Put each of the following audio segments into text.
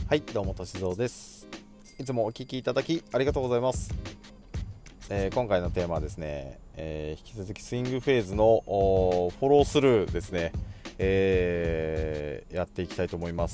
はい、どうもとしぞうです。いつもお聞きいただきありがとうございます。今回のテーマはですね、引き続きスイングフェーズのフォロースルーですね、やっていきたいと思います。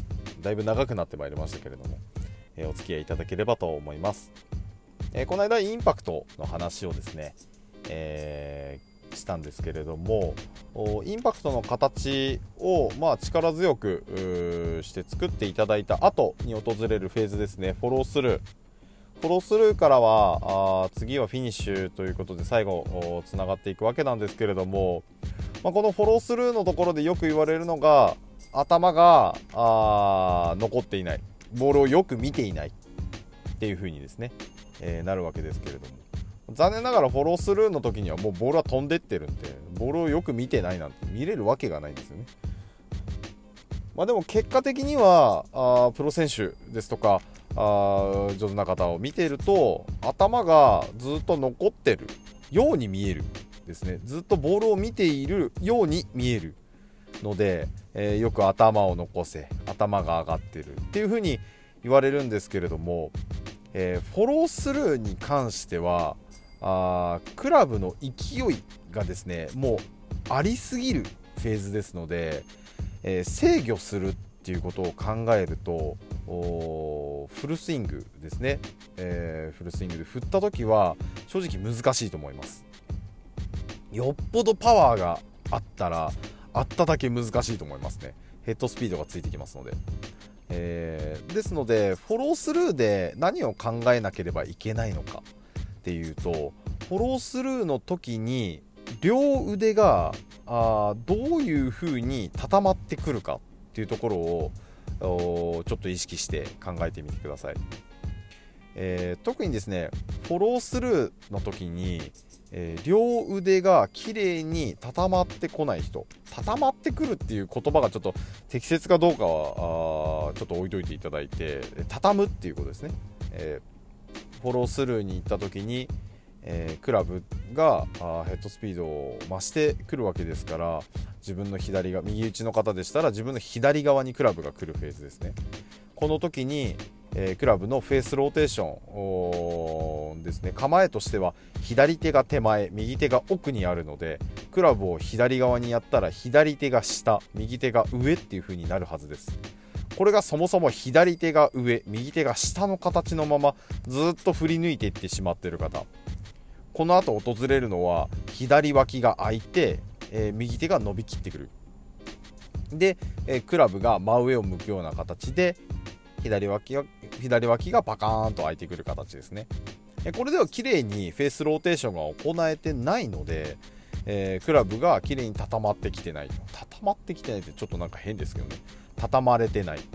だいぶ長くなってまいりましたけれども、お付き合いいただければと思います。この間インパクトの話をですね、したんですけれども、インパクトの形を、力強くして作っていただいた後に訪れるフェーズですね、フォロースルー。フォロースルーからは次はフィニッシュということで最後つながっていくわけなんですけれども、このフォロースルーのところでよく言われるのが、頭が残っていない、ボールをよく見ていないっていう風にですね、なるわけですけれども、残念ながらフォロースルーの時にはもうボールは飛んでってるんで、ボールをよく見てないなんて見れるわけがないんですよね。でも結果的にはプロ選手ですとか上手な方を見ていると、頭がずっと残ってるように見えるですね。ずっとボールを見ているように見えるので、よく頭を残せ、頭が上がってるっていう風に言われるんですけれども、フォロースルーに関してはクラブの勢いがですね、もうありすぎるフェーズですので、制御するっていうことを考えると、フルスイングですね、フルスイングで振った時は正直難しいと思います。よっぽどパワーがあったらあっただけ難しいと思いますね。ヘッドスピードがついてきますので、ですのでフォロースルーで何を考えなければいけないのかっていうと、フォロースルーの時に両腕がどういう風に固まってくるかっていうところをちょっと意識して考えてみてください。特にですね、フォロースルーの時に、両腕が綺麗に固まってこない人、固まってくるっていう言葉がちょっと適切かどうかはちょっと置いといていただいて、畳むっていうことですね。フォロースルーに行った時に、クラブがヘッドスピードを増してくるわけですから、自分の左側、右打ちの方でしたら自分の左側にクラブが来るフェーズですね。この時に、クラブのフェースローテーションですね、構えとしては左手が手前、右手が奥にあるので、クラブを左側にやったら左手が下、右手が上っていう風になるはずです。これがそもそも左手が上、右手が下の形のままずっと振り抜いていってしまっている方、この後訪れるのは左脇が開いて、右手が伸びきってくる。で、クラブが真上を向くような形で左脇がパカーンと開いてくる形ですね。これでは綺麗にフェースローテーションが行えてないので、クラブが綺麗に畳まってきてないと。畳まってきてないってちょっとなんか変ですけどね。畳まれてない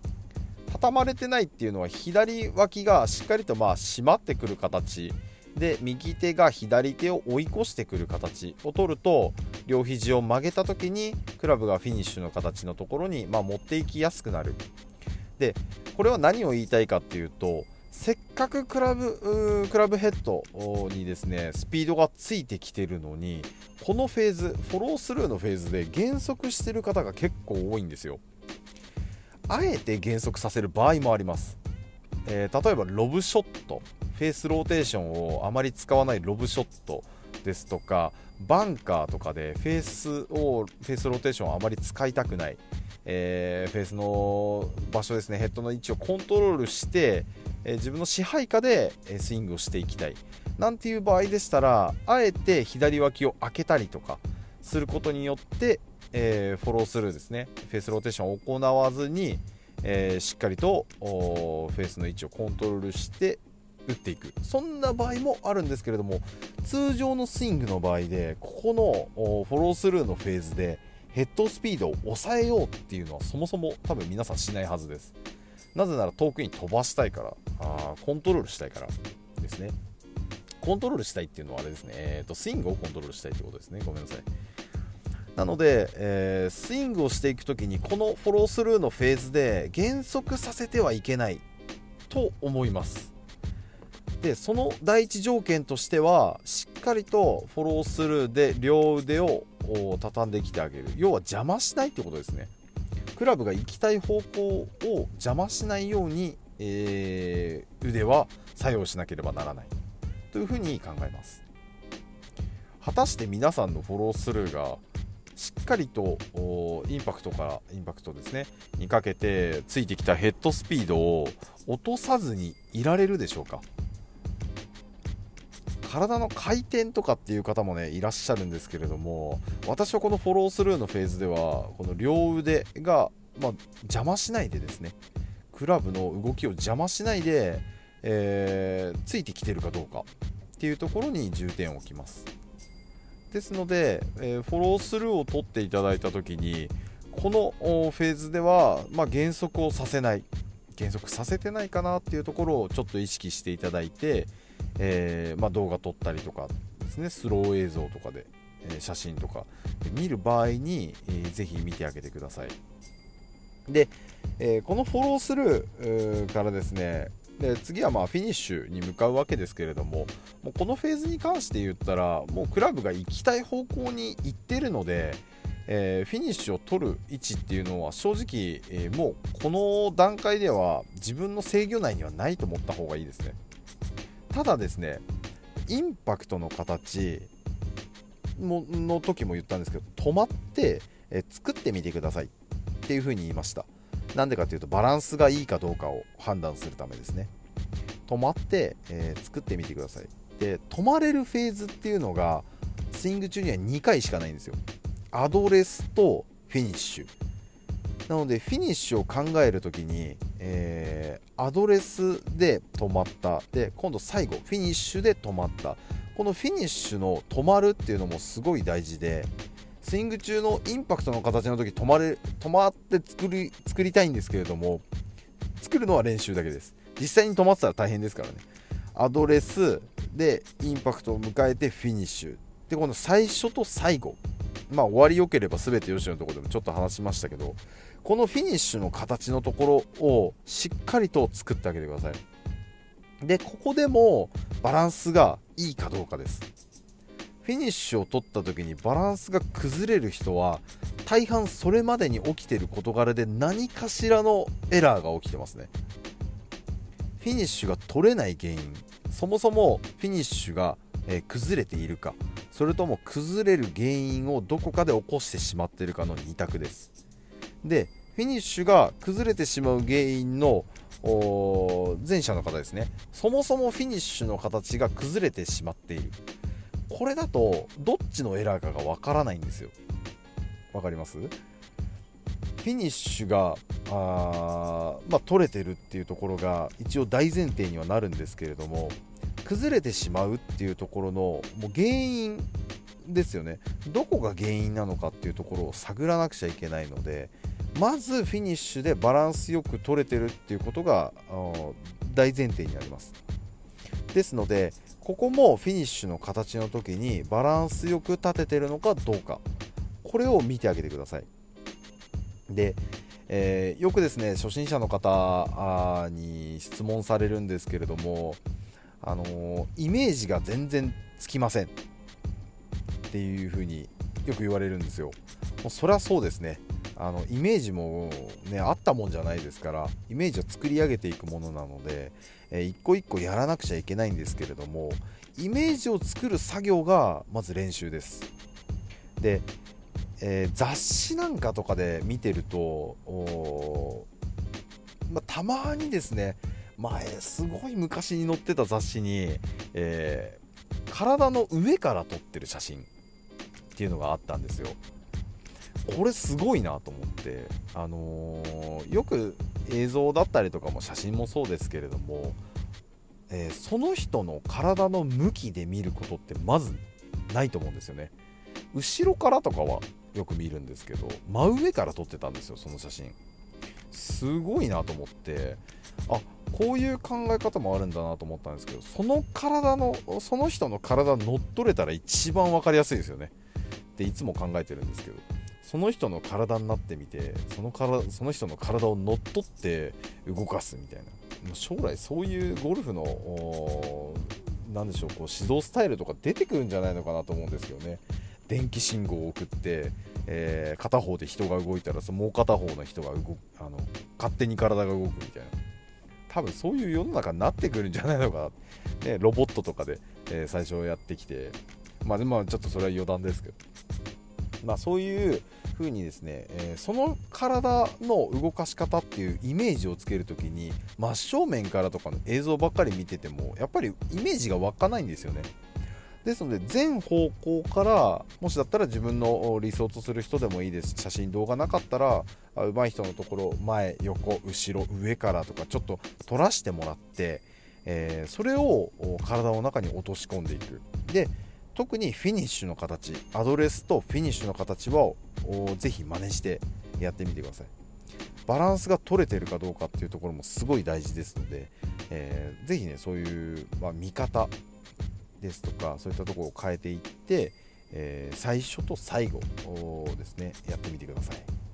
っていうのは、左脇がしっかりと締まってくる形で、右手が左手を追い越してくる形を取ると、両肘を曲げた時にクラブがフィニッシュの形のところに持っていきやすくなる。で、これは何を言いたいかっていうと、せっかくクラブヘッドにですねスピードがついてきてるのに、このフェーズ、フォロースルーのフェーズで減速してる方が結構多いんですよ。あえて減速させる場合もあります。例えばロブショット、フェースローテーションをあまり使わないロブショットですとか、バンカーとかでフェースローテーションをあまり使いたくない、フェースの場所ですね、ヘッドの位置をコントロールして、自分の支配下でスイングをしていきたいなんていう場合でしたら、あえて左脇を開けたりとかすることによって、フォロースルーですね、フェースローテーションを行わずに、しっかりとフェースの位置をコントロールして打っていく、そんな場合もあるんですけれども、通常のスイングの場合でここのフォロースルーのフェーズでヘッドスピードを抑えようっていうのはそもそも多分皆さんしないはずです。なぜなら遠くに飛ばしたいから、コントロールしたいからですね。コントロールしたいっていうのはあれですね、スイングをコントロールしたいってことですね。ごめんなさい。なので、スイングをしていくときにこのフォロースルーのフェーズで減速させてはいけないと思います。で、その第一条件としては、しっかりとフォロースルーで両腕を畳んできてあげる。要は邪魔しないってことですね。 クラブが行きたい方向を邪魔しないように、腕は作用しなければならないというふうに考えます。果たして皆さんのフォロースルーがしっかりとインパクトですねにかけてついてきたヘッドスピードを落とさずにいられるでしょうか。体の回転とかっていう方もねいらっしゃるんですけれども、私はこのフォロースルーのフェーズではこの両腕が、邪魔しないでですね、クラブの動きを邪魔しないで、ついてきてるかどうかっていうところに重点を置きます。ですので、フォロースルーを取っていただいた時にこのフェーズでは、減速をさせない、減速させてないかなっていうところをちょっと意識していただいて、動画撮ったりとかですね、スロー映像とかで、写真とか見る場合に、ぜひ見てあげてください。で、このフォロースルーからですね、で次はフィニッシュに向かうわけですけれども、もうこのフェーズに関して言ったらもうクラブが行きたい方向に行ってるので、フィニッシュを取る位置っていうのは正直、もうこの段階では自分の制御内にはないと思った方がいいですね。ただですね、インパクトの形の時も言ったんですけど、止まって、作ってみてくださいっていう風に言いました。なんでかというとバランスがいいかどうかを判断するためですね。止まって、作ってみてください。で、止まれるフェーズっていうのがスイング中には2回しかないんですよ。アドレスとフィニッシュなので、フィニッシュを考えるときに、アドレスで止まった、で今度最後フィニッシュで止まった、このフィニッシュの止まるっていうのもすごい大事で、スイング中のインパクトの形の時止まって作りたいんですけれども、作るのは練習だけです。実際に止まってたら大変ですからね。アドレスでインパクトを迎えてフィニッシュで、この最初と最後、終わり良ければ全て良しのところでもちょっと話しましたけど、このフィニッシュの形のところをしっかりと作ってあげてください。で、ここでもバランスがいいかどうかです。フィニッシュを取った時にバランスが崩れる人は大半それまでに起きている事柄で何かしらのエラーが起きてますね。フィニッシュが取れない原因、そもそもフィニッシュが崩れているか、それとも崩れる原因をどこかで起こしてしまっているかの2択です。で、フィニッシュが崩れてしまう原因の前者の方ですね、そもそもフィニッシュの形が崩れてしまっている、これだとどっちのエラーかがわからないんですよ。わかります？フィニッシュが取れてるっていうところが一応大前提にはなるんですけれども、崩れてしまうっていうところのもう原因ですよね。どこが原因なのかっていうところを探らなくちゃいけないので、まずフィニッシュでバランスよく取れてるっていうことが大前提になります。ですので、ここもフィニッシュの形の時にバランスよく立ててるのかどうか、これを見てあげてください。で、よくですね、初心者の方に質問されるんですけれども、イメージが全然つきませんっていう風によく言われるんですよ。もうそりゃそうですね。イメージもね、あったもんじゃないですから、イメージを作り上げていくものなので、一個一個やらなくちゃいけないんですけれども、イメージを作る作業がまず練習です。で、雑誌なんかとかで見てるとたまにですね、前すごい昔に載ってた雑誌に、体の上から撮ってる写真っていうのがあったんですよ。これすごいなと思って、よく映像だったりとかも写真もそうですけれども、その人の体の向きで見ることってまずないと思うんですよね。後ろからとかはよく見るんですけど、真上から撮ってたんですよ、その写真。すごいなと思って、こういう考え方もあるんだなと思ったんですけど、その人の体乗っ取れたら一番分かりやすいですよねっていつも考えてるんですけど、その人の体になってみて、その人の体を乗っ取って動かすみたいな、将来そういうゴルフのなんでしょう、こう指導スタイルとか出てくるんじゃないのかなと思うんですけどね。 電気信号を送って、片方で人が動いたらもう片方の人が勝手に体が動くみたいな、多分そういう世の中になってくるんじゃないのかな、ね、ロボットとかで、最初やってきて、でもちょっとそれは余談ですけど、そういう風にですね、その体の動かし方っていうイメージをつけるときに真正面からとかの映像ばっかり見ててもやっぱりイメージが湧かないんですよね。ですので全方向から、もしだったら自分の理想とする人でもいいです。写真動画なかったら上手い人のところ前横後ろ上からとかちょっと撮らせてもらって、それを体の中に落とし込んでいく。で特にフィニッシュの形、アドレスとフィニッシュの形をぜひ真似してやってみてください。バランスが取れてるかどうかっていうところもすごい大事ですので、ぜひねそういう、見方ですとかそういったところを変えていって、最初と最後ですねやってみてください。